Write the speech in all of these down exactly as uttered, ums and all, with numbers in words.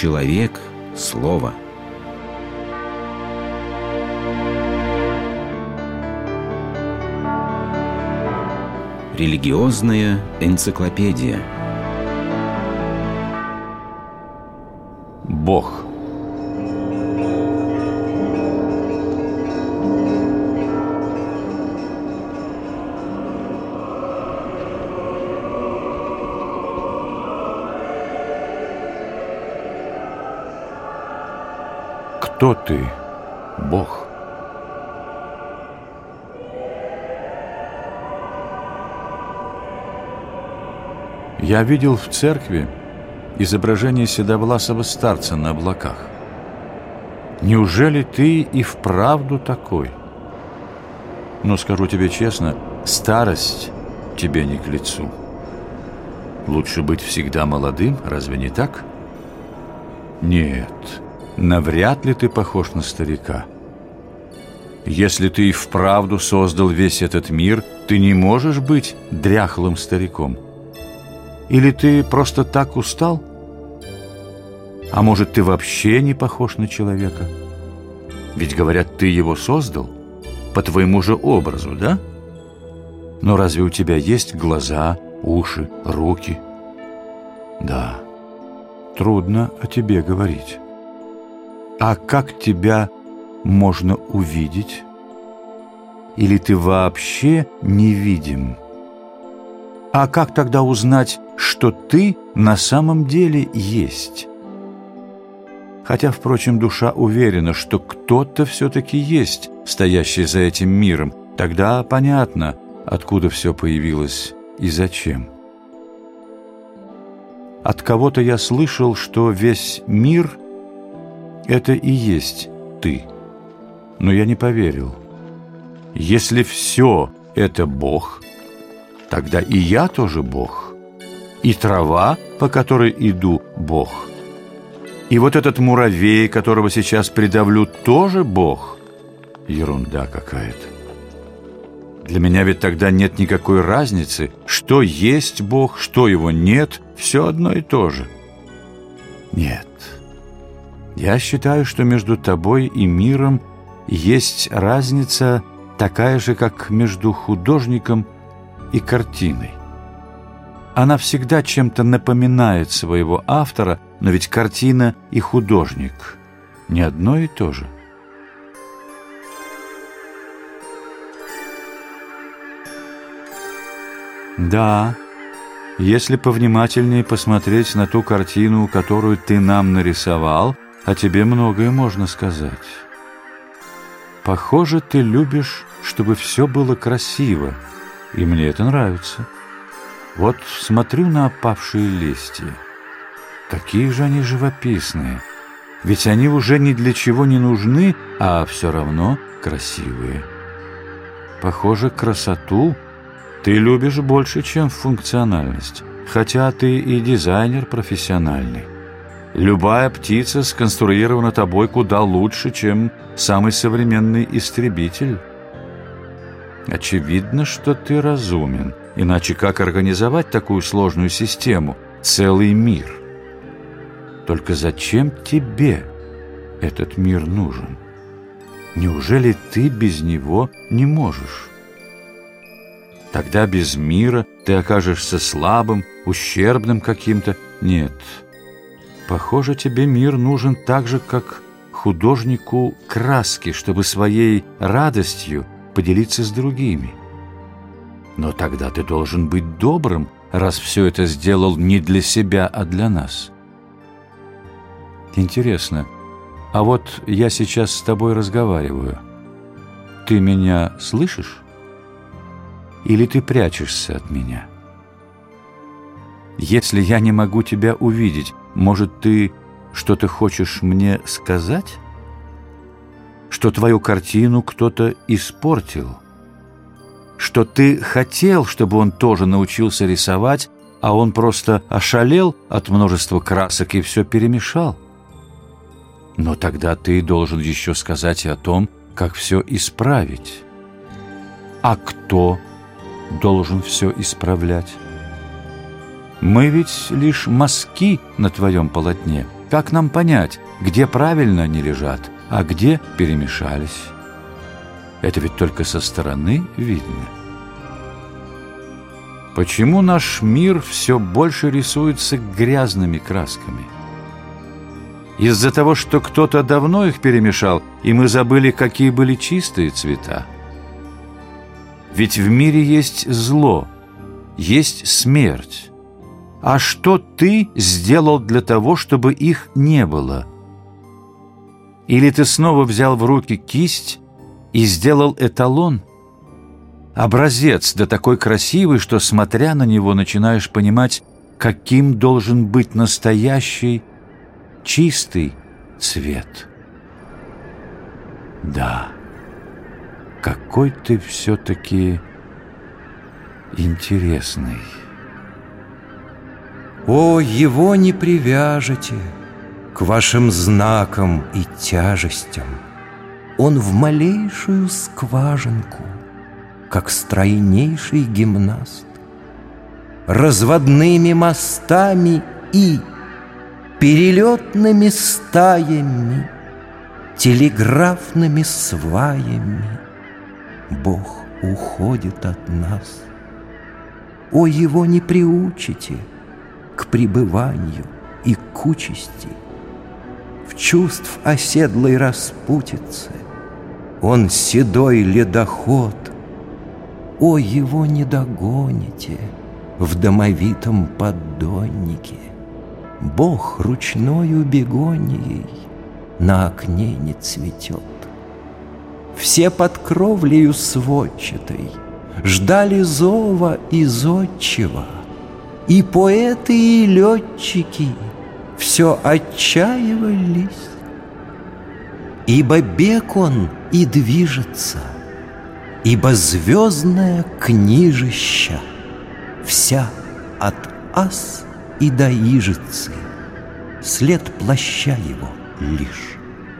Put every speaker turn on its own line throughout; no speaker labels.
человек – слово. Религиозная энциклопедия.
Бог. Кто ты, Бог? Я видел в церкви изображение седовласого старца на облаках. Неужели ты и вправду такой? Но скажу тебе честно, старость тебе не к лицу. Лучше быть всегда молодым, разве не так? Нет, навряд ли ты похож на старика. Если ты и вправду создал весь этот мир, ты не можешь быть дряхлым стариком. Или ты просто так устал? А может, ты вообще не похож на человека? Ведь, говорят, ты его создал по твоему же образу, да? Но разве у тебя есть глаза, уши, руки? Да, трудно о тебе говорить. А как тебя можно увидеть? Или ты вообще невидим? А как тогда узнать, что ты на самом деле есть? Хотя, впрочем, душа уверена, что кто-то все-таки есть, стоящий за этим миром. Тогда понятно, откуда все появилось и зачем. От кого-то я слышал, что весь мир – это и есть ты. Но я не поверил. Если все это Бог, тогда и я тоже Бог. И трава, по которой иду, Бог. И вот этот муравей, которого сейчас придавлю, тоже Бог. Ерунда какая-то. Для меня ведь тогда нет никакой разницы, что есть Бог, что его нет, все одно и то же. Нет. Я считаю, что между тобой и миром есть разница такая же, как между художником и картиной. Она всегда чем-то напоминает своего автора, но ведь картина и художник не одно и то же. Да, если повнимательнее посмотреть на ту картину, которую ты нам нарисовал, о тебе многое можно сказать. Похоже, ты любишь, чтобы все было красиво, и мне это нравится. Вот смотрю на опавшие листья. Какие же они живописные. Ведь они уже ни для чего не нужны, а все равно красивые. Похоже, красоту ты любишь больше, чем функциональность, хотя ты и дизайнер профессиональный. Любая птица сконструирована тобой куда лучше, чем самый современный истребитель. Очевидно, что ты разумен. Иначе как организовать такую сложную систему, целый мир? Только зачем тебе этот мир нужен? Неужели ты без него не можешь? Тогда без мира ты окажешься слабым, ущербным каким-то. Нет, похоже, тебе мир нужен так же, как художнику краски, чтобы своей радостью поделиться с другими. Но тогда ты должен быть добрым, раз все это сделал не для себя, а для нас. Интересно, а вот я сейчас с тобой разговариваю. Ты меня слышишь? Или ты прячешься от меня? Если я не могу тебя увидеть, может, ты что-то хочешь мне сказать? Что твою картину кто-то испортил? Что ты хотел, чтобы он тоже научился рисовать, а он просто ошалел от множества красок и все перемешал? Но тогда ты должен еще сказать и о том, как все исправить. А кто должен все исправлять? Мы ведь лишь мазки на твоем полотне, Как нам понять, где правильно они лежат, а где перемешались? Это ведь только со стороны видно. Почему наш мир все больше рисуется грязными красками? Из-за того, что кто-то давно их перемешал, и мы забыли, какие были чистые цвета. Ведь в мире есть зло, есть смерть. А что ты сделал для того, чтобы их не было? Или ты снова взял в руки кисть и сделал эталон? Образец, да такой красивый, что, смотря на него, начинаешь понимать, каким должен быть настоящий чистый цвет. Да, какой ты все-таки интересный.
О, его не привяжете к вашим знакам и тяжестям. Он в малейшую скважинку, как стройнейший гимнаст, разводными мостами и перелетными стаями, телеграфными сваями Бог уходит от нас. О, его не приучите к пребыванию и к участи. В чувств оседлой распутице он седой ледоход. О, его не догоните в домовитом поддоннике. Бог ручною бегонией на окне не цветет. Все под кровлею сводчатой ждали зова и зодчего, и поэты, и летчики все отчаивались. Ибо бег он и движется, ибо звездное книжища вся от ас и до ижицы, след плаща его лишь.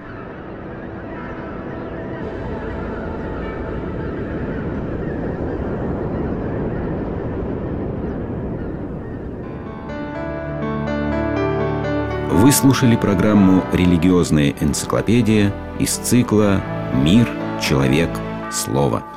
Вы слушали программу «Религиозная энциклопедия» из цикла «Мир, человек, слово».